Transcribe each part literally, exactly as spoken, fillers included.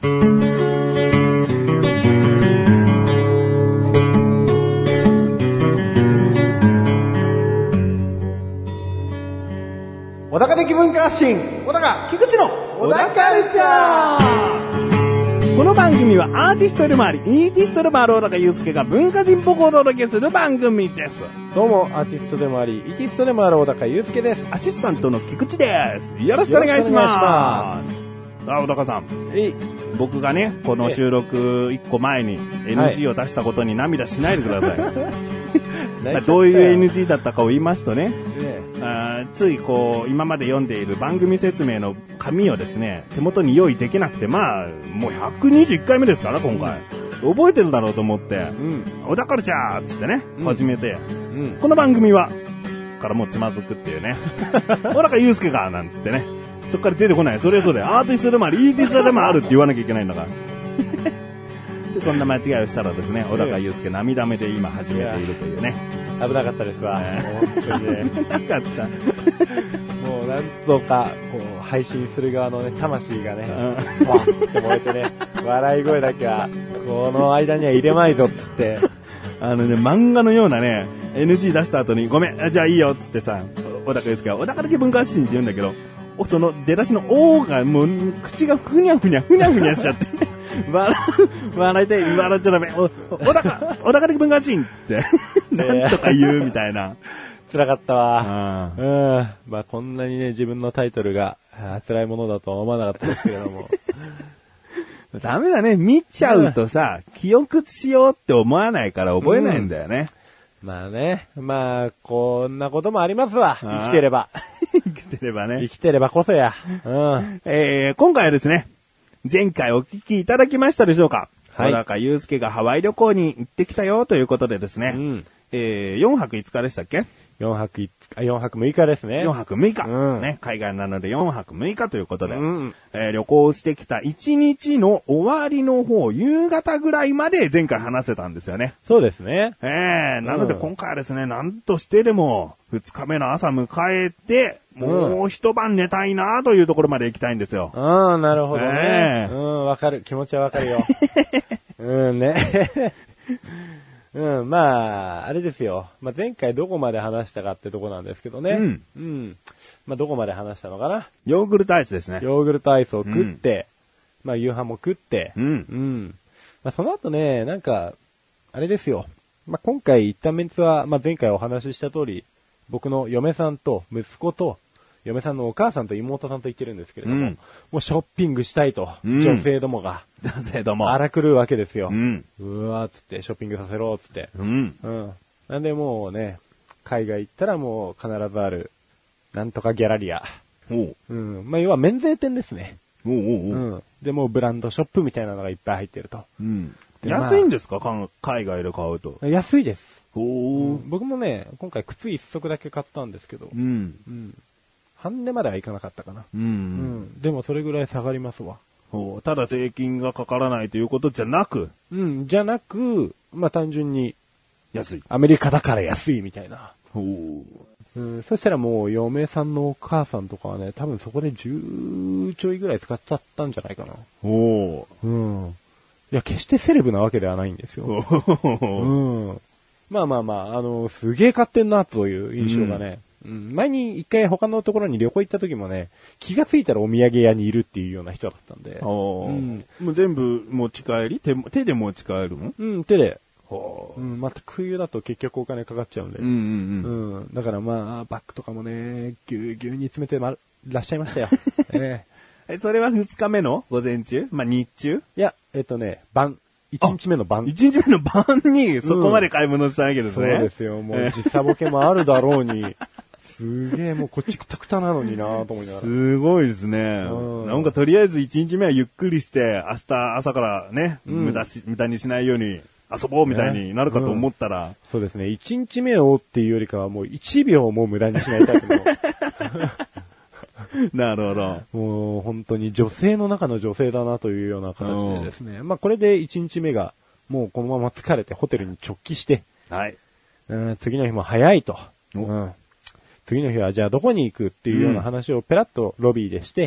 小高的文化発信、小高菊池の小高カルチャー。 この番組はアーティストでもあり、イーティストでもある小高祐介が文化人っぽくお届けする番組です。 どうも、アーティストでもあり、イーティストでもある小高祐介です。 アシスタントの菊池です。よろしくお願いします。あ、小高さん。 えい。 僕がね、この収録いっこまえに エヌジー を出したことに涙しないでください。まあ、どういう エヌジー だったかを言いますとね、ねあついこう今まで読んでいる番組説明の紙をですね手元に用意できなくて、まあもうひゃくにじゅういっかいめですから今回、うん、覚えてるだろうと思って、うん、小高カルチャーっつってね、うん、始めて、うん、この番組はからもうつまずくっていうね小高祐介がなんつってね、そっから出てこない。それぞれアーティストでもありイーティストでもあるって言わなきゃいけないんだからでそんな間違いをしたらですね、小高祐介涙目で今始めているというね。 危なかったですわ。本当にね。 危なかった。 もうなんとかこう配信する側のね魂がね、うん、わーって燃えてね、笑い声だけはこの間には入れまいぞっつって、 あのね漫画のようなね エヌジー 出した後にごめんじゃあいいよっつってさ、小高祐介は小高的文化発信って言うんだけど、その出だしのおーがもう口がふにゃふにゃふにゃふにゃしちゃって。笑、笑いたい、笑っちゃダメ。お、小高、小高的文化人っつって、なんとか言うみたいな。 辛かったわ。うん。まあこんなにね、自分のタイトルが辛いものだとは思わなかったですけれども。 ダメだね。見ちゃうとさ、うん、記憶しようって思わないから覚えないんだよね。 うん、まあね。まあ、こんなこともありますわ。生きてれば。 生きてればね。 生きてればこそや。うん。 えー、今回はですね、前回お聞きいただきましたでしょうか。 はい。 小高祐介がハワイ旅行に行ってきたよということでですね。うん、えー、よんはくいつかでしたっけ ? よんはくいつか、よんはくむいかですね。 よんはくむいか。うん、ね。海外なのでよんはくむいかということで、うん、えー、旅行してきたいちにちの終わりの方、夕方ぐらいまで前回話せたんですよね。 そうですね。 えー、なので今回はですね、なんとしてでもふつかめの朝迎えて、もう一晩寝たいなというところまで行きたいんですよ。 ああ、なるほどね。うん、わかる。気持ちはわかるよ。うんね。うん、まあ、あれですよ。まあ、前回どこまで話したかってとこなんですけどね。うん。うん。まあ、どこまで話したのかな。 ヨーグルトアイスですね。 ヨーグルトアイスを食って、うん、まあ、夕飯も食って、 うん。うん。 まあ、その後ね、なんか、あれですよ。まあ、今回行ったメンツは、まあ、前回お話しした通り、僕の嫁さんと息子と、嫁さんのお母さんと妹さんと言ってるんですけれども、うん、もうショッピングしたいと、うん、女性どもが、 女性ども荒狂うわけですよ。 うん、 うわーっつってショッピングさせろっつって、 うん、 うん。なんでもうね、海外行ったらもう必ずある、なんとかギャラリア。 おう、 うん。まあ要は免税店ですね。 おうおうおう、 うん。でもうブランドショップみたいなのがいっぱい入ってると。 うん。安いんですか、まあ、海外で買うと。 安いです。 おー、 うん、僕もね、今回靴一足だけ買ったんですけど、 うん。 うん。半値まではいかなかったかな。 うん。うん。 でもそれぐらい下がりますわ。 お、ただ税金がかからないということじゃなく。 うん、じゃなく、まあ単純に。 安い。 アメリカだから安いみたいな。 おうん、そしたらもう嫁さんのお母さんとかはね、多分そこでじゅうちょいぐらい使っちゃったんじゃないかな。 おうん。いや、決してセレブなわけではないんですよ。うん。まあまあまあ、あの、すげえ買ってんなという印象がね。うんうん、前に一回他のところに旅行行った時もね、気がついたらお土産屋にいるっていうような人だったんで。 うん、もう全部持ち帰り 手, 手で持ち帰るの？ うん、手で。うん、また空輸だと結局お金かかっちゃうんで。 うんうんうん。 うん、だからまあ、バッグとかもね、ぎゅうぎゅうに詰めてまらっしゃいましたよ。ええ、それは二日目の午前中？まあ日中？ いや、えっとね、晩。一日目の晩。 一日目の晩にそこまで買い物したわけですね。 うん、そうですよ。もう時差ボケもあるだろうに。すげえ、もうこっちくたくたなのになぁと思いながら。 すごいですね。うん、なんかとりあえず一日目はゆっくりして、明日朝からね、うん、無駄し、無駄にしないように遊ぼうみたいになるかと思ったら。 ね、うん、そうですね。一日目をっていうよりかはもう一秒も無駄にしないタイプの。 なるほど。 もう本当に女性の中の女性だなというような形でですね。まあこれで一日目がもうこのまま疲れてホテルに直帰して。 はい。 うん、次の日も早いと。うん。次の日はじゃあどこに行くっていうような話をペラッとロビーでして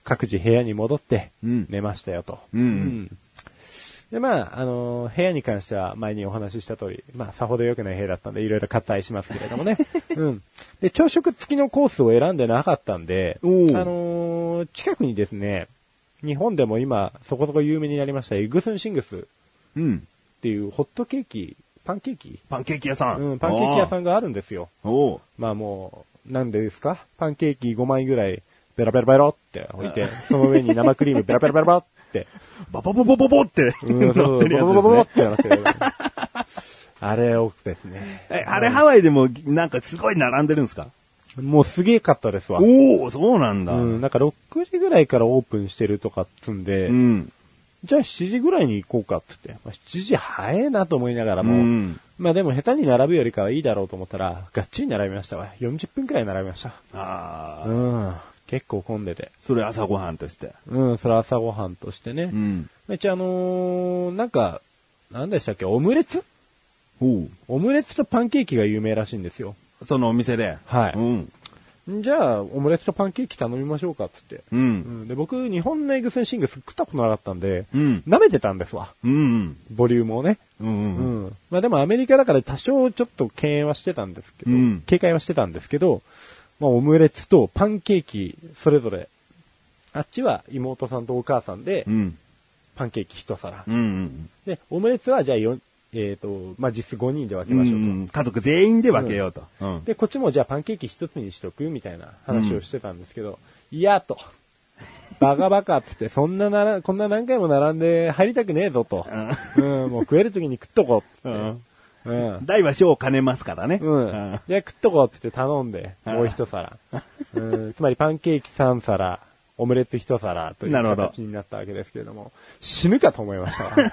各自部屋に戻ってうん寝ましたよと。 うんうんうんで、まあ、あのー部屋に関しては前にお話しした通り、まあ、さほど良くない部屋だったんで、いろいろ割愛しますけれどもね。うん。で、朝食付きのコースを選んでなかったんで、あおーのー近くにですね、日本でも今、そこそこ有名になりました、エッグスンシングスうん。 っていうホットケーキ、パンケーキパンケーキ屋さん。 うん、パンケーキ屋さんがあるんですよ。 おーまあもう、なんでですかパンケーキごまいぐらい、ベラベラベロって置いて、その上に生クリームベラベラベラベラって、 ババババババって、 うん、そう、 乗ってるやつボボボボボっですね。 てなってる。あれ多くですね。 え、あれハワイでもなんかすごい並んでるんですか？ もうすげえかったですわ。 おお、そうなんだ。 うん、なんかろくじぐらいからオープンしてるとかっつんで、 うん。 じゃあしちじぐらいに行こうかっつって、まあ、しちじ早えなと思いながらも、 うんまあでも下手に並ぶよりかはいいだろうと思ったら、がっちり並びましたわ。よんじゅっぷんくらい並びました。 ああ、 うん。結構混んでて。 それ朝ごはんとして。 うん、それ朝ごはんとしてね。 うん。 めっちゃあのー、なんか、なんでしたっけ、オムレツおオムレツとパンケーキが有名らしいんですよ。 そのお店で。 はいうん。 じゃあ、オムレツとパンケーキ頼みましょうかっつって。 う。 うんん、で、僕、日本のエッグスンシングス食ったことなかったんで、 うん。 舐めてたんですわ。 うん。 ボリュームをね。 うん。う。 うんん。まあでもアメリカだから多少ちょっと敬遠はしてたんですけど、 うん警戒はしてたんですけど、まあオムレツとパンケーキ、それぞれ、あっちは妹さんとお母さんでう、ん。 パンケーキ一皿。 うん。うん。 で、オムレツはじゃあよ、えっ、と、まあ実質ごにんで分けうましょうと。 ん。家族全員で分けようと。うん。 で、こっちもじゃあパンケーキ一つにしとくみたいな話をしてたんですけど、いやと。バカバカっつって、そんななら、こんな何回も並んで入りたくねえぞと。うん、もう食える時に食っとこうっつって。うん。 大は小を兼ねますからね。 うん。じゃあ食っとこうっつって頼んで、もう一皿。うん、つまりパンケーキさん皿、オムレツ一皿というなるほど形になったわけですけれども、死ぬかと思いましたわ。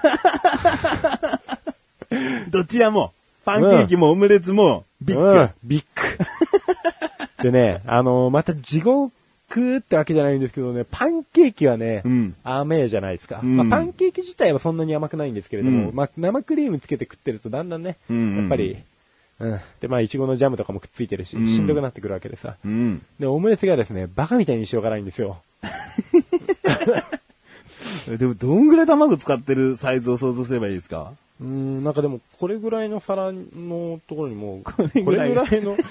どちらも、パンケーキもオムレツも、ビッグ。 うん、ビッグ。でね、あのーまた地獄ってわけじゃないんですけどね、パンケーキはね、 うん甘えじゃないですか、 うんまあ。パンケーキ自体はそんなに甘くないんですけれども、 うんまあ、生クリームつけて食ってるとだんだんね、 うんうんやっぱり、うん。で、まあ、いちごのジャムとかもくっついてるし、 うんしんどくなってくるわけでさ。 うん。 で、オムレツがですね、バカみたいに塩辛いんですよ。 でも、どんぐらい卵使ってるサイズを想像すればいいですか？ うーん、なんかでも、これぐらいの皿のところにもう、これぐらいれぐらいの、こ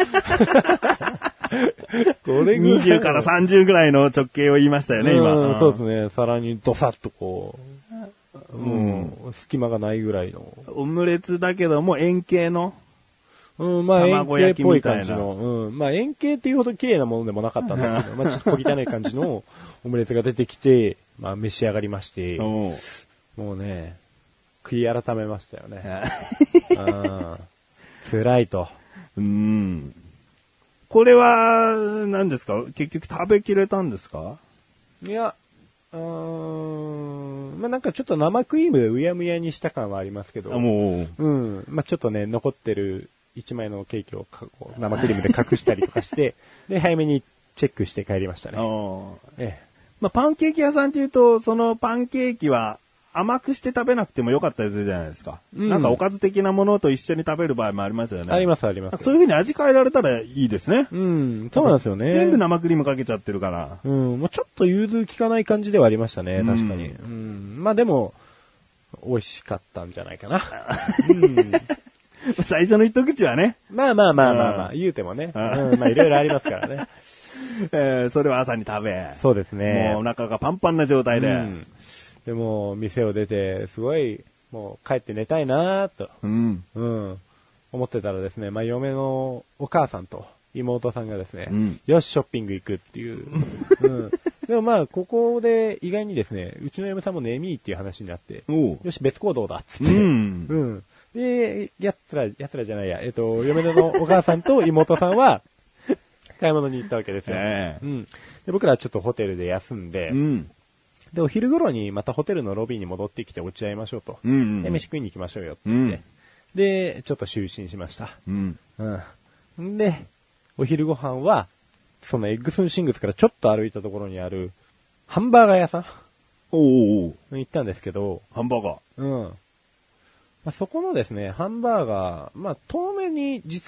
れぐらいの。 にじゅうからさんじゅうぐらいの直径を言いましたよね、今。 うん、そうですね。皿にドサッとこう、もう、隙間がないぐらいの。 オムレツだけども円形の。 うん、まあ円形っ卵焼きぽい感じみたいなの、うん、まあ円形っていうほど綺麗なものでもなかったんですけど、まあちょっと小汚い感じのオムレツが出てきて、まあ召し上がりまして、 おうもうね、悔い改めましたよね。うん、辛いと。 うん。これは、何ですか？結局食べきれたんですか？ いや、うーん、まあなんかちょっと生クリームでうやむやにした感はありますけど、 あ、もう。 うん。まあ、ちょっとね、残ってる一枚のケーキをかこう生クリームで隠したりとかして、で、早めにチェックして帰りましたね。 あーえまあ、パンケーキ屋さんっていうと、そのパンケーキは甘くして食べなくてもよかったりするじゃないですか。 うんなんかおかず的なものと一緒に食べる場合もありますよね。 え。ありますあります。 そういう風に味変えられたらいいですね。 うん、そうなんですよね。 全部生クリームかけちゃってるから。 うん、まあ、ちょっと融通効かない感じではありましたね、確かに。 ううん。まあ、でも、美味しかったんじゃないかな。うん。 最初の一口はね、 まあまあまあまあまあ、 う言うてもね。 ううん、まあいろいろありますからね。 えーそれを朝に食べ、 そうですね。 もうお腹がパンパンな状態で。 うんでも、店を出て、すごい、もう帰って寝たいなーと、 うん。 うん、思ってたらですね、まあ、嫁のお母さんと妹さんがですね、 うんよし、ショッピング行くっていう。うん、でもまあ、ここで意外にですね、うちの嫁さんも眠いっていう話になって、 おうよし、別行動だっつって、 うんうんで、やつら、やつらじゃないや、えっと、嫁のお母さんと妹さんは、買い物に行ったわけですよ。 ええうん。で、僕らはちょっとホテルで休んで、 うん。 で、お昼頃にまたホテルのロビーに戻ってきて落ち合いましょうと。 うん。 で、飯食いに行きましょうよってう言って。 ん。 で、ちょっと就寝しました。 うん。 うん。んで、お昼ご飯は、そのエッグスンシングスからちょっと歩いたところにある、ハンバーガー屋さんおうおうおう行ったんですけど、 ハンバーガー。 うん。まあ、そこのですね、ハンバーガー、まあ、遠目に実は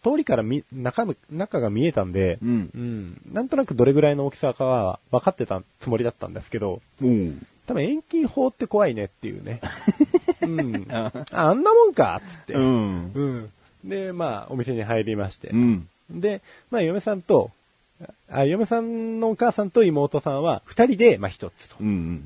通りからみ、中、中が見えたんで、 うん。 うん。なんとなくどれぐらいの大きさかは分かってたつもりだったんですけど、 うん。 多分遠近法って怖いねっていうね。うん。あ、あんなもんかつって。 うん。 うん。で、まあ、お店に入りまして。 うん。 で、まあ、嫁さんと、あ、嫁さんのお母さんと妹さんは二人で、まあ一つと。 うん。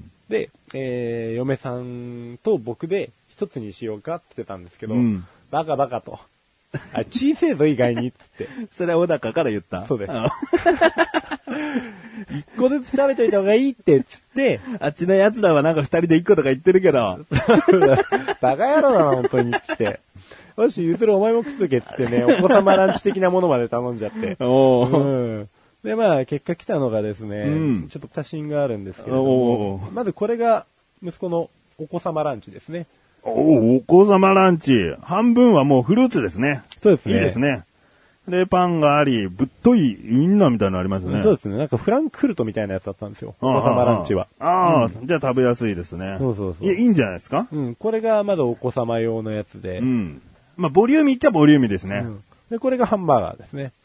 で、えー、嫁さんと僕で一つにしようかって言ってたんですけど、 うん、 バカバカと。あ、小せえぞ意外にって。 それは小高から言った。 そうです。一個ずつ食べといた方がいいってつって、 あっちの奴らはなんか二人で一個とか言ってるけど。 バカ野郎だな、本当にって。よし、ゆずるお前も食っとけっつってね、お子様ランチ的なものまで頼んじゃって。 おー。 うん。で、まあ、結果来たのがですね、うん、ちょっと写真があるんですけれども、まずこれが息子のお子様ランチですね。 おお、お子様ランチ。半分はもうフルーツですね。 そうですね。 いいですね。で、パンがあり、ぶっといウインナーみたいなのありますね。 そうですね。なんかフランクフルトみたいなやつだったんですよ。お子様ランチは。 ああ、うん、じゃあ食べやすいですね。 そうそうそう。 いや、いいんじゃないですか？ うん。これがまだお子様用のやつで。 うん。まあ、ボリューミーっちゃボリューミーですね。うん、 で、これがハンバーガーですね。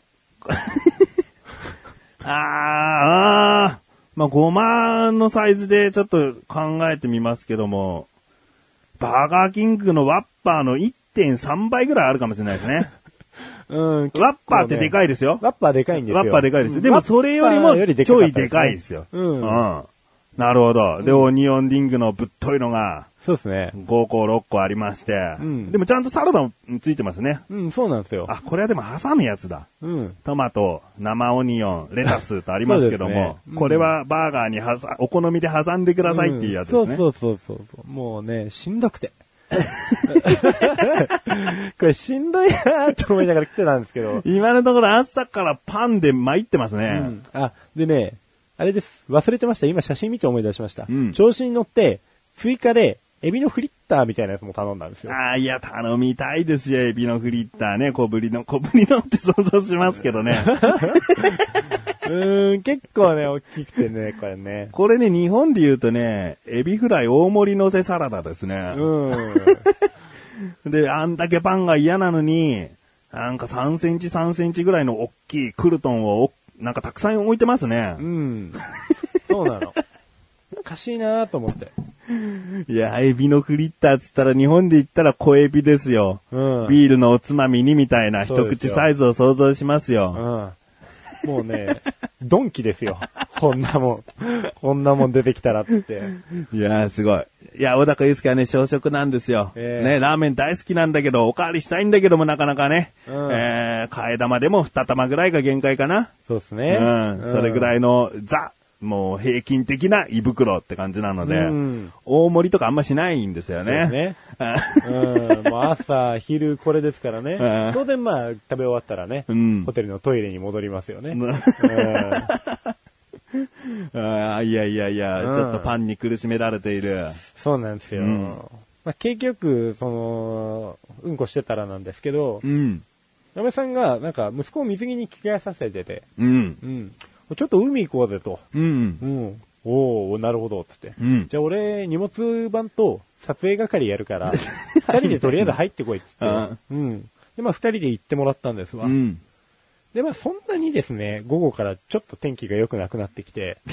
あー、あー。まあ、ごまのサイズでちょっと考えてみますけども、バーガーキングのワッパーの いってんさん 倍ぐらいあるかもしれないですね。 うん、ね、 ワッパーってでかいですよ。 ワッパーでかいんですよ。 ワッパーでかいです。でもそれよりもちょいでかいですよ。 うん。 うん。なるほど。で、うん、オニオンリングのぶっといのが、 そうですね。 ごころっこありまして、うん、でもちゃんとサラダもついてますね。 うん、そうなんですよ。 あ、これはでも挟むやつだ。うん。トマト、生オニオン、レタスとありますけども、ねうん、これはバーガーにはさ、お好みで挟んでくださいっていうやつですね。 うん、そうそうそうそう。もうね、しんどくて。これしんどいなーと思いながら来てたんですけど。 今のところ朝からパンで参ってますね。 うん、あ、でね、あれです。忘れてました。今写真見て思い出しました。 うん、 調子に乗って、追加で、エビのフリッターみたいなやつも頼んだんですよ。 ああ、いや、頼みたいですよ、エビのフリッターね。小ぶりの、小ぶりのって想像しますけどね。 うーん、結構ね、大きくてね、これね。 これね、日本で言うとね、エビフライ大盛り乗せサラダですね。 うん。 で、あんだけパンが嫌なのに、なんかさんセンチさんセンチぐらいの大きいクルトンを、なんかたくさん置いてますね。 うん。そうなの。おかしいなーと思って。 いや、エビのフリッターっつったら日本で言ったら小エビですよ。うん、ビールのおつまみにみたいな一口サイズを想像しますよ。 うん、もうね、ドンキですよ。こんなもん。こんなもん出てきたらっつって。 いやーすごい。いや、小高祐介はね、小食なんですよ。 えー、 ね、ラーメン大好きなんだけど、おかわりしたいんだけどもなかなかね。うん、えー、替え玉でも二玉ぐらいが限界かな。 そうですね。 うん。それぐらいのザ、もう平均的な胃袋って感じなので、うん、大盛りとかあんましないんですよね。 そうですね。うん、もう朝、昼これですからね。当然まあ食べ終わったらね、うん、ホテルのトイレに戻りますよね。うん、 あいやいやいや、うん、ちょっとパンに苦しめられている。 そうなんですよ。うんまあ、結局、その、うんこしてたらなんですけど、うん、嫁さんがなんか息子を水着に着替えさせてて、うんうんちょっと海行こうぜと。うん。うん。おー、なるほど、つって。うん。じゃあ俺、荷物番と撮影係やるから、二人でとりあえず入ってこい、つって。うん。で、まあ二人で行ってもらったんですわ。うん。で、まあそんなにですね、午後からちょっと天気が良くなくなってきて。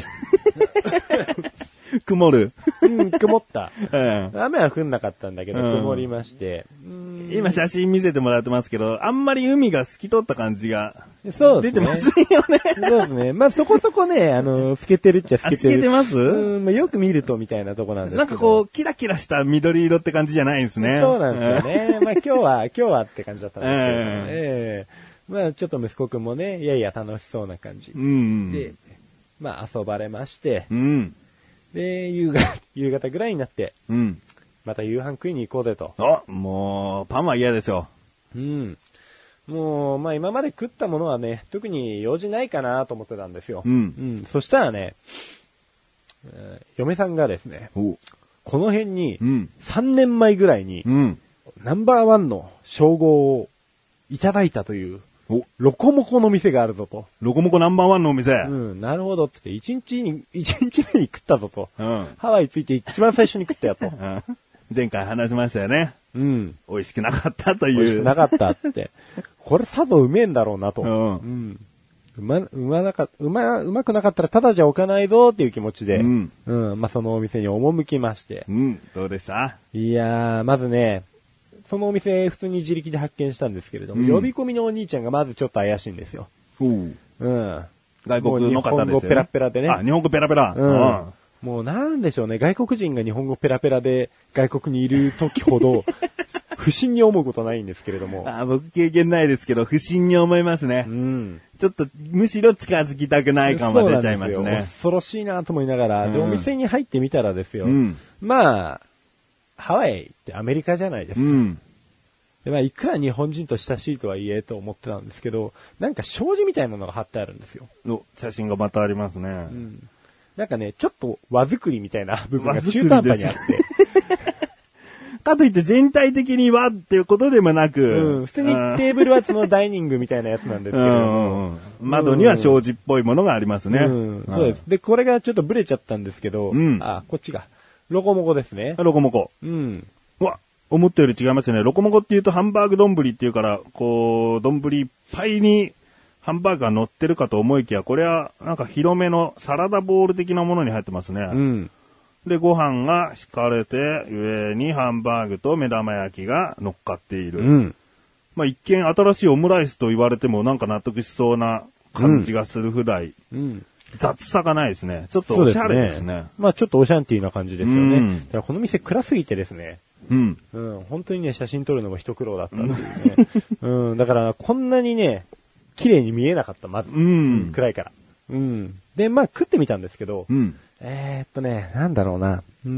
曇るうん、曇った。うん。雨は降んなかったんだけど、曇りまして。 うん、今写真見せてもらってますけど、あんまり海が透き通った感じが。 そうですね。 出てますよね。 そうですね。まあそこそこね、あの、透けてるっちゃ透けてる。 透けてますうん、まあ、よく見るとみたいなとこなんですけど。 なんかこう、キラキラした緑色って感じじゃないんですね。 そうなんですよね。まあ今日は、今日はって感じだったんですけど、ね。ええー、まあちょっと息子くんもね、いやいや楽しそうな感じ。うん、で、まあ遊ばれまして、うん、で、夕方、夕方ぐらいになって、うん、また夕飯食いに行こうぜと。 あ、もう、パンは嫌ですよ。 うん。もう、まあ今まで食ったものはね、特に用事ないかなと思ってたんですよ。うん。うん。そしたらね、えー、嫁さんがですね、この辺に、さんねんまえぐらいに、うん、ナンバーワンの称号をいただいたという、ロコモコの店があるぞと。 ロコモコナンバーワンのお店。 うん、なるほどって言って、一日に、一日目に食ったぞと。うん。ハワイ着いて一番最初に食ったやと。うん。 前回話しましたよね。 うん。 美味しくなかったという。 美味しくなかったって。これさぞうめえんだろうなと。 うん。 うん。うま、うまなか、うま、うまくなかったらただじゃ置かないぞっていう気持ちで。うん。うん。まあ、そのお店に赴きまして。 うん。どうでした？ いやー、まずね、そのお店普通に自力で発見したんですけれども、うん、呼び込みのお兄ちゃんがまずちょっと怪しいんですよ。 うん。 うん。 外国の方ですよね。日本語ペラペラでね。 あ、日本語ペラペラ。 うん。うん、もうなんでしょうね、外国人が日本語ペラペラで外国にいる時ほど、不審に思うことないんですけれども。 あ、僕経験ないですけど、不審に思いますね。うん。ちょっと、むしろ近づきたくない感が出ちゃいますね。 恐ろしいなと思いながら、うん、で、お店に入ってみたらですよ。うん、まあ、ハワイってアメリカじゃないですか。うん。で、まあ、いくら日本人と親しいとはいえと思ってたんですけど、なんか障子みたいなのが貼ってあるんですよ。 お、写真がまたありますね。うん。 なんかね、ちょっと輪作りみたいな部分が中途半端にあって。 かといって全体的に輪っていうことでもなく。 うん。普通にテーブルはそのダイニングみたいなやつなんですけれども。 うん、窓には障子っぽいものがありますね。うん。 そうです。で、これがちょっとブレちゃったんですけど、うん、あ、こっちが。ロコモコですね。 ロコモコ。うん。うわ、思ったより違いますね。ロコモコって言うとハンバーグ丼っていうから、こう、丼いっぱいにハンバーグが乗ってるかと思いきや、これはなんか広めのサラダボール的なものに入ってますね。うん。で、ご飯が敷かれて、上にハンバーグと目玉焼きが乗っかっている。うん。まあ一見新しいオムライスと言われてもなんか納得しそうな感じがするくらい。うん。うん雑さがないですね。ちょっとおしゃれですね。すねまあちょっとオシャンティーな感じですよね。うん、だからこの店暗すぎてですね。うん。うん。本当にね、写真撮るのも一苦労だったっていうね。うん。だからこんなにね、綺麗に見えなかった、まず。うん。暗いから。うん。で、まあ食ってみたんですけど、うん。えー、っとね、なんだろうな。うん。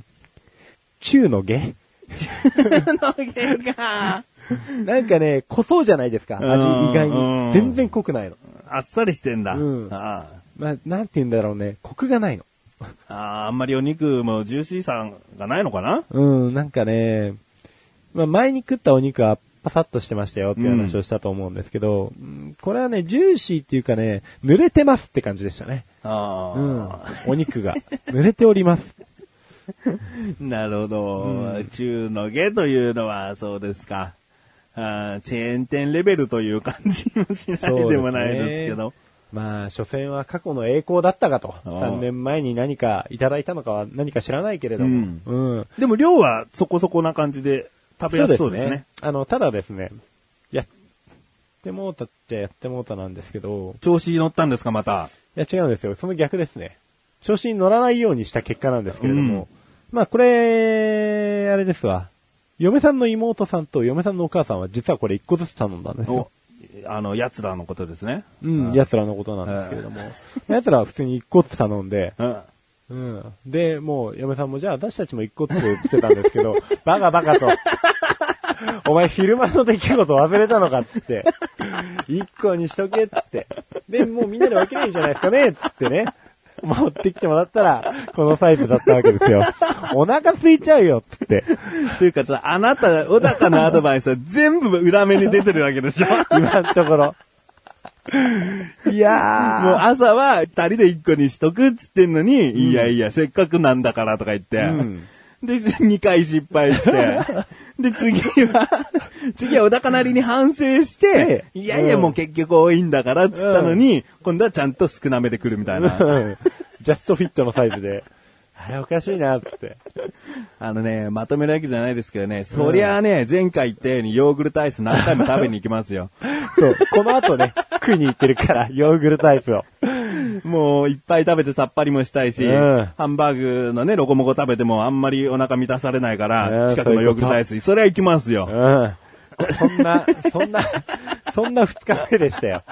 中の下中の下か。 なんかね、濃そうじゃないですか。味意外に。全然濃くないの。 あっさりしてんだ。うん。ああ。まあ、なんて言うんだろうね。コクがないの。 ああ、あんまりお肉もジューシーさがないのかな？ うん、なんかね、まあ前に食ったお肉はパサッとしてましたよっていう話をしたと思うんですけど、うん、これはね、ジューシーっていうかね、濡れてますって感じでしたね。ああ。うん。お肉が。濡れております。 なるほど。うん、中の下というのはそうですか。あチェーン店レベルという感じもしないでもないですけど。 まあ、所詮は過去の栄光だったかと。さんねんまえに何かいただいたのかは何か知らないけれども。うん。 うん、でも量はそこそこな感じで食べやすそうですね。そうですね。 あの、ただですね、やってもうたってやってもうたなんですけど。 調子に乗ったんですか、また。 いや、違うんですよ。その逆ですね。調子に乗らないようにした結果なんですけれども。うん、まあ、これ、あれですわ。嫁さんの妹さんと嫁さんのお母さんは実はこれ一個ずつ頼んだんですよ。 あの、奴らのことですね。 うん、奴らのことなんですけれども。奴らは普通に一個ずつ頼んで、うん。うん。で、もう、嫁さんもじゃあ私たちも一個ずつしてたんですけど、バカバカと。お前昼間の出来事忘れたのかっつって。一個にしとけっつって。で、もうみんなで分けないんじゃないですかねっつってね。持ってきてもらったら、このサイズだったわけですよ。お腹空いちゃうよ、つって。 というかさ、あなた、小高のアドバイスは全部裏目に出てるわけでしょ今のところ。いやー。 もう朝は二人で一個にしとくっつってんのに、うん、いやいや、せっかくなんだからとか言って。うん、で、二回失敗して。で、次は、次は小高なりに反省して、いやいや、もう結局多いんだからっつったのに、うん、今度はちゃんと少なめで来るみたいな。 ジャストフィットのサイズで。あれおかしいなって。 あのね、まとめるわけじゃないですけどね、そりゃあね、前回言ったようにヨーグルトアイス何回も食べに行きますよ。 そう、この後ね、食いに行ってるから、ヨーグルトアイスを。 もういっぱい食べてさっぱりもしたいし、うん、ハンバーグのね、ロコモコ食べてもあんまりお腹満たされないから、うん、近くのヨーグルトアイス、それは行きますよ。うん、 そんな、そんな、そんな二日目でしたよ。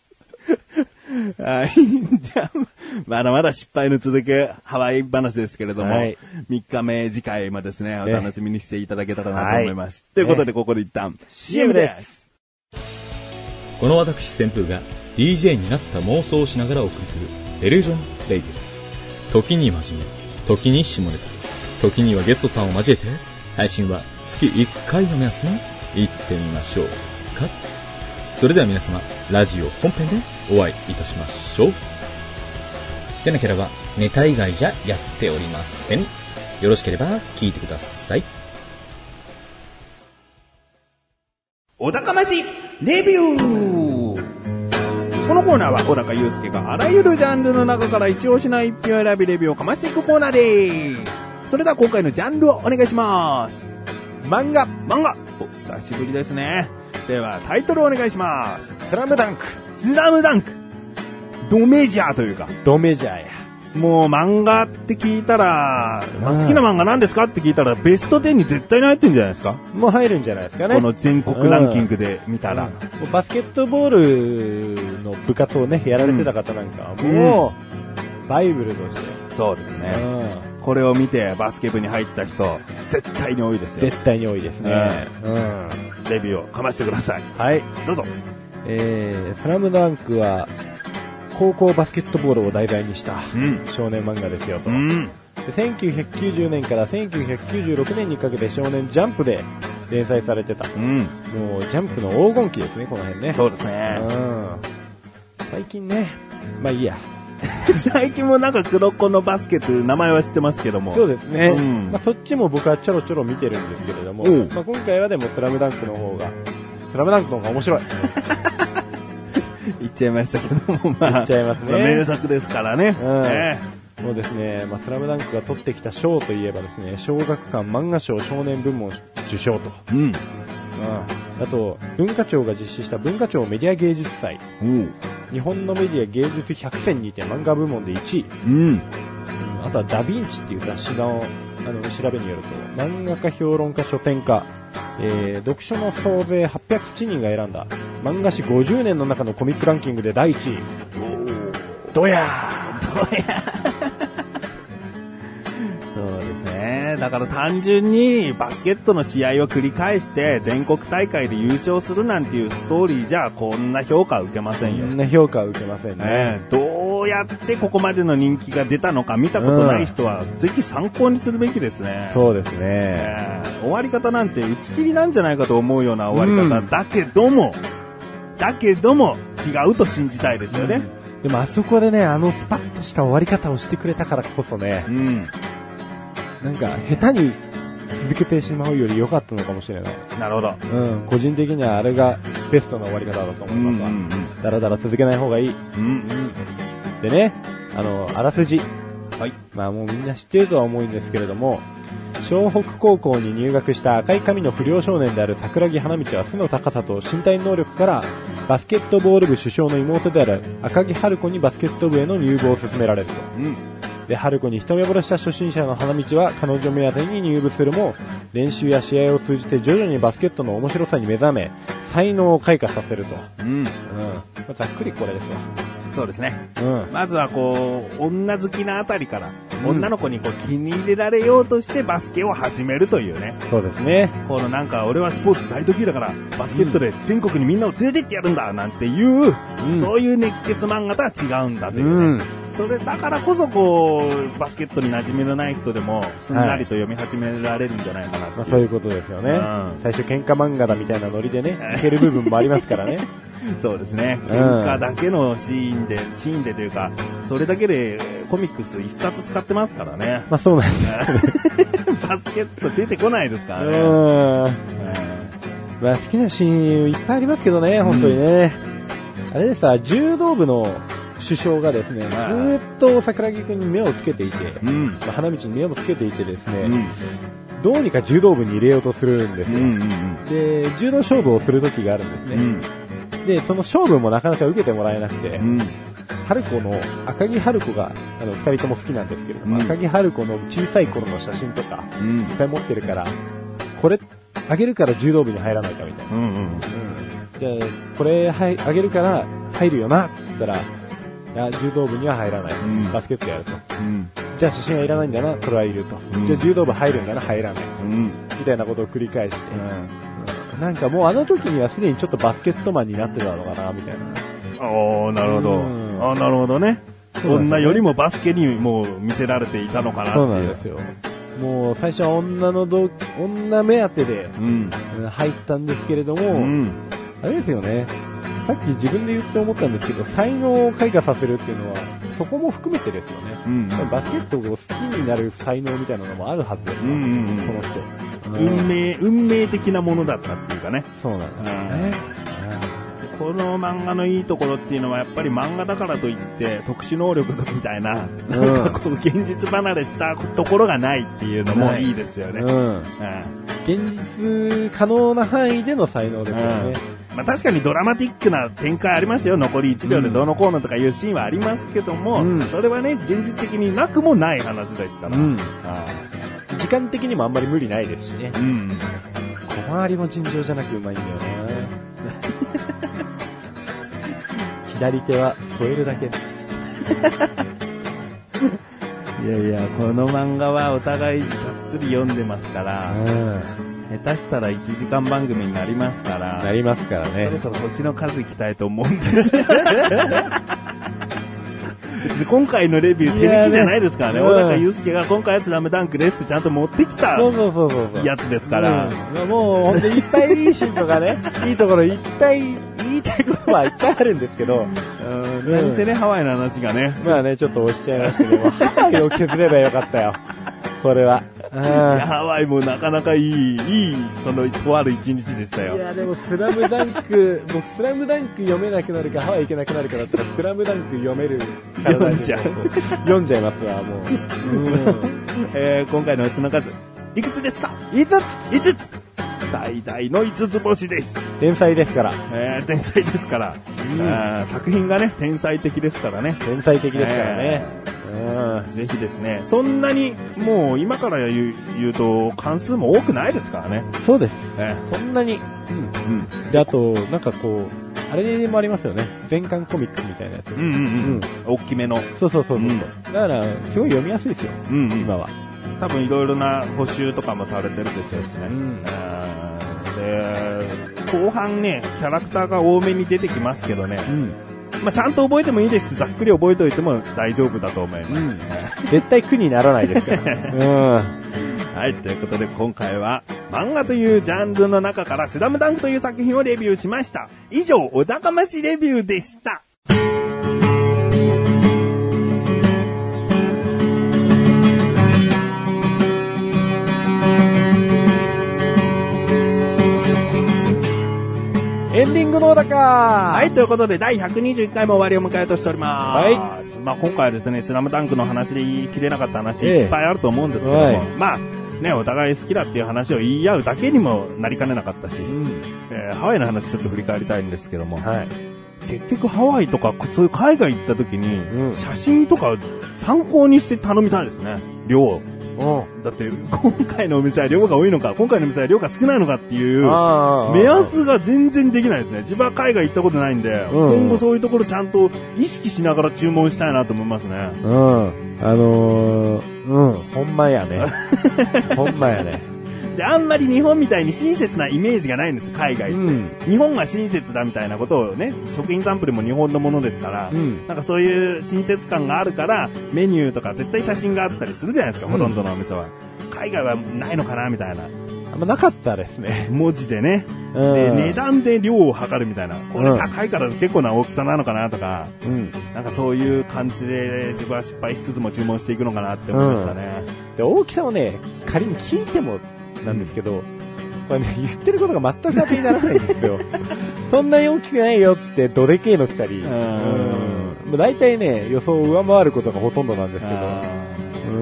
はい。じゃあ、まだまだ失敗の続くハワイ話ですけれども、はい、みっかめ次回もですね、お楽しみにしていただけたらなと思います。はい、ということで、ここで一旦、シーエム です。 この私、旋風が ディージェー になった妄想をしながらお送りする、デリュージョンレイディオ。時に真面目、時に下ネタ、時にはゲストさんを交えて、配信は月いっかいの目安に行ってみましょうか。それでは皆様、ラジオ本編でお会いいたしましょう。でなければ、ネタ以外じゃやっておりません。よろしければ聞いてください。 お高ましレビュー。このコーナーは小高祐介があらゆるジャンルの中から一押しな一品を選びレビューをかましていくコーナーです。それでは今回のジャンルをお願いします。 漫画漫画お久しぶりですね。ではタイトルをお願いします。 スラムダンクスラムダンクドメジャーというかドメジャーや。 もう漫画って聞いたら、まあ、好きな漫画何ですかって聞いたらベストじゅうに絶対に入ってるんじゃないですか。 もう入るんじゃないですかね。 この全国ランキングで見たら、 うん、バスケットボールの部活をねやられてた方なんかはもう、うん、バイブルとしてそうですね、うん、これを見てバスケ部に入った人絶対に多いですよ。 絶対に多いですね、 うんうん、レビューをかましてください。 はいどうぞ。 えー、スラムダンクは高校バスケットボールを題材にした少年漫画ですよと、うん、でせんきゅうひゃくきゅうじゅうねんからせんきゅうひゃくきゅうじゅうろくねんにかけて少年ジャンプで連載されてた、うん、もうジャンプの黄金期ですねこの辺ね。 そうですね、うん、 最近ねまあいいや最近もなんか黒子のバスケという名前は知ってますけども。 そうですね、うんまあ、そっちも僕はちょろちょろ見てるんですけれども、まあ、今回はでもスラムダンクの方がスラムダンクの方が面白い言っちゃいましたけども、まあ、 言っちゃいますね。 まあ、名作ですからね。うんねもうですね、まあ、スラムダンクが取ってきた賞といえばですね、小学館漫画賞少年部門受賞と。うん。あ, あと、文化庁が実施した文化庁メディア芸術祭。うん。日本のメディア芸術百選にて漫画部門でいちい。うん。うん、あとはダヴィンチっていう雑誌の、あの、調べによると、漫画家、評論家、書店家、えー、読書の総勢はっぴゃくはちにんが選んだ漫画史ごじゅうねんの中のコミックランキングでだいいちい。 どやーどやそうですね。だから単純にバスケットの試合を繰り返して全国大会で優勝するなんていうストーリーじゃこんな評価は受けませんよ。 こんな評価は受けませんね。 ねどうやってここまでの人気が出たのか見たことない人はぜひ参考にするべきですね。 そうですね。 ね終わり方なんて打ち切りなんじゃないかと思うような終わり方、うん、だけどもだけども違うと信じたいですよね、 うん、でもあそこでねあのスパッとした終わり方をしてくれたからこそね、うん、なんか下手に続けてしまうより良かったのかもしれない。 なるほど、 うん、個人的にはあれがベストな終わり方だと思いますが、うんうんうん、だらだら続けない方がいい、うんうん、でねあのあらすじ、はい、まあもうみんな知っているとは思うんですけれども、湘北高校に入学した赤い髪の不良少年である桜木花道は背の高さと身体能力からバスケットボール部主将の妹である赤木春子にバスケット部への入部を勧められると、うん、で春子に一目惚れした初心者の花道は彼女目当てに入部するも練習や試合を通じて徐々にバスケットの面白さに目覚め才能を開花させると、うんうん、ざっくりこれですわ。 そうですね、うん、まずはこう女好きなあたりから、うん、女の子にこう気に入れられようとしてバスケを始めるというね。 そうですね。 このなんか俺はスポーツ大得意だからバスケットで全国にみんなを連れてってやるんだなんていう、うん、そういう熱血漫画とは違うんだというね、うん、それだからこそこうバスケットに馴染みのない人でもすんなりと読み始められるんじゃないかなっていう、 まあ、そういうことですよね、うん、最初喧嘩漫画だみたいなノリでねいける部分もありますからねそうですね。喧嘩だけのシーンで、シーンでというか、それだけでコミックス一冊使ってますからね。 まあそうなんですね。 バスケット出てこないですからね。 うん。まあ好きなシーンいっぱいありますけどね、本当にね。うん、あれでさ、柔道部の主将がですね、ずーっと桜木くんに目をつけていて、うん、まあ、花道に目をつけていてですね、うん、どうにか柔道部に入れようとするんですよ。うんうんうん、で、柔道勝負をする時があるんですね。うんで、その勝負もなかなか受けてもらえなくて、うん、春子の、赤木春子が、あの、二人とも好きなんですけれども、うん、赤木春子の小さい頃の写真とか、うん、いっぱい持ってるから、これ、あげるから柔道部に入らないかみたいな。うんうんうん、じゃあ、これ、はい、あげるから入るよな、って言ったら、いや、柔道部には入らない。うん、バスケットやると。うん、じゃあ写真はいらないんだな、それはいると。うん、じゃあ柔道部入るんだな、入らない。うん、みたいなことを繰り返して、うんなんかもうあの時にはすでにちょっとバスケットマンになってたのかなみたいな。 おー、なるほど。あ、なるほどね。女よりもバスケにもう見せられていたのかなっていう。 そうなんですよ。もう最初は女のど女目当てで入ったんですけれども、うん、あれですよね。さっき自分で言って思ったんですけど、才能を開花させるっていうのはそこも含めてですよね。うんうん、バスケットを好きになる才能みたいなのもあるはずですよ、うんうんうん、この人。う運命、運命的なものだったっていうかね。 そうなんですよね。 この漫画のいいところっていうのはやっぱり漫画だからといって特殊能力みたいな、うん、なんかこう現実離れしたところがないっていうのもいいですよね。うんうん、 現実可能な範囲での才能ですよね。 うん、まあ、確かにドラマティックな展開ありますよ。残りいちびょうでどうのこうのとかいうシーンはありますけども、うん、それはね現実的になくもない話ですから、うん、 あ時間的にもあんまり無理ないですしね。うん、小回りも尋常じゃなくうまいんだよな。左手は添えるだけ。いやいや、この漫画はお互いがっつり読んでますから、うん、下手したらいちじかん番組になりますから、 なりますからね。 そろそろ星の数いきたいと思うんです。別に今回のレビュー手抜きじゃないですからね。小高祐介が今回はスラムダンクですってちゃんと持ってきたやつですから。 うん、もう本当にいっぱいいいシーンとかね、いいところいっぱい言いたいことはいっぱいあるんですけど、 うん、何せね、ハワイの話がね。 まあね、ちょっと押しちゃいましたけども、ハワイを削ればよかったよ。それは。 いやハワイもなかなかいい、いい、その、とある一日でしたよ。 いや、でもスラムダンク、僕スラムダンク読めなくなるか、ハワイ行けなくなるかだったら、スラムダンク読める読んじゃう。 読んじゃいますわ、もう。うんえー、今回の星の数、いくつですか？ いつつ ! いつつ最大の五つ星です。 天才ですから。 えー、天才ですから、うんあ。作品がね、天才的ですからね。 天才的ですからね。 えー、うん、ぜひですね、そんなにもう今から言う、言うと関数も多くないですからね。 そうです。えー、そんなに。うん。うん。で、あと、なんかこう、あれもありますよね。全巻コミックみたいなやつ。 うんうんうん。うん、大きめの。 そうそうそうそう、うん。だから、すごい読みやすいですよ。うん、うん、今は。 多分いろいろな補修とかもされてるでしょうしね。うん、で、後半ね、キャラクターが多めに出てきますけどね。うん、まあ、ちゃんと覚えてもいいですし、ざっくり覚えておいても大丈夫だと思います。うん、 絶対苦にならないですから。うん、 はい、ということで今回は漫画というジャンルの中からスラムダンクという作品をレビューしました。以上、お高ましレビューでした。 エンディングのおだかはい、ということで、第ひゃくにじゅういっかいも終わりを迎えようとしております。はい。まあ、今回はですね、スラムダンクの話で言い切れなかった話、いっぱいあると思うんですけども、はい、まあ、ね、お互い好きだっていう話を言い合うだけにもなりかねなかったし、うん、えー、ハワイの話ちょっと振り返りたいんですけども、はい、結局ハワイとか、そういう海外行った時に、うん、写真とか参考にして頼みたいですね、量。だって今回のお店は量が多いのか今回のお店は量が少ないのかっていう目安が全然できないですね。自分は海外行ったことないんで、うん、今後そういうところちゃんと意識しながら注文したいなと思いますね。 うん、あのー、うんほんまやねほんまやね。 で、あんまり日本みたいに親切なイメージがないんです、海外って。うん、日本が親切だみたいなことをね、食品サンプルも日本のものですから、うん、なんかそういう親切感があるから、メニューとか絶対写真があったりするじゃないですか、うん、ほとんどのお店は。海外はないのかなみたいな。 あんまなかったですね。 文字でね。うん、で、値段で量を測るみたいな。これ高いから結構な大きさなのかなとか、うん、なんかそういう感じで自分は失敗しつつも注文していくのかなって思いましたね。 うん、で大きさをね、仮に聞いても、なんですけど、これね、言ってることが全く当てにならないんですよ。そんなに大きくないよっつってどでけえの来たり、うん、だいたいね、予想を上回ることがほとんどなんですけど、 うん、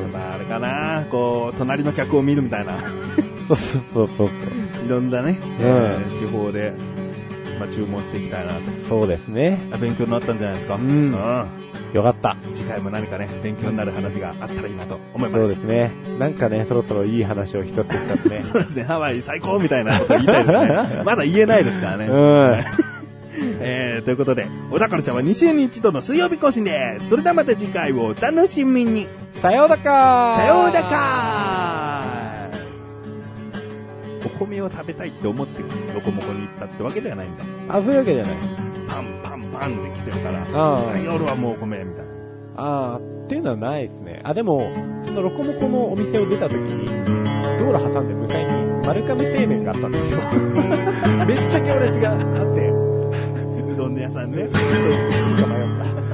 まああれかな、こう隣の客を見るみたいな、 そうそうそうそう、 いろんなね、うんえー、手法で、まあ、注文していきたいなと。 そうですね。 勉強になったんじゃないですか。うん。 うんよかった。 次回も何かね、勉強になる話があったらいいなと思います。 そうですね。なんかね、そろそろいい話を一つ一つね。 そうですね。ハワイ最高みたいなこと言いたいですね。まだ言えないですからね。うん。えー、ということで、小田カルチャーはに週に一度の水曜日更新です。それではまた次回をお楽しみに。 さようだかー。さようだかー。お米を食べたいって思ってロコモコに行ったってわけではないんだ。 あ、そういうわけじゃない。 パンパンパンで来てるから、あ夜はもうお米みたいな。 ああ、っていうのはないですね。あ、でも、そのロコモコのお店を出た時に、道路挟んで向かいに丸亀製麺があったんですよ。めっちゃ行列があって。 うどん屋さんね。 ちょっと行くか迷った。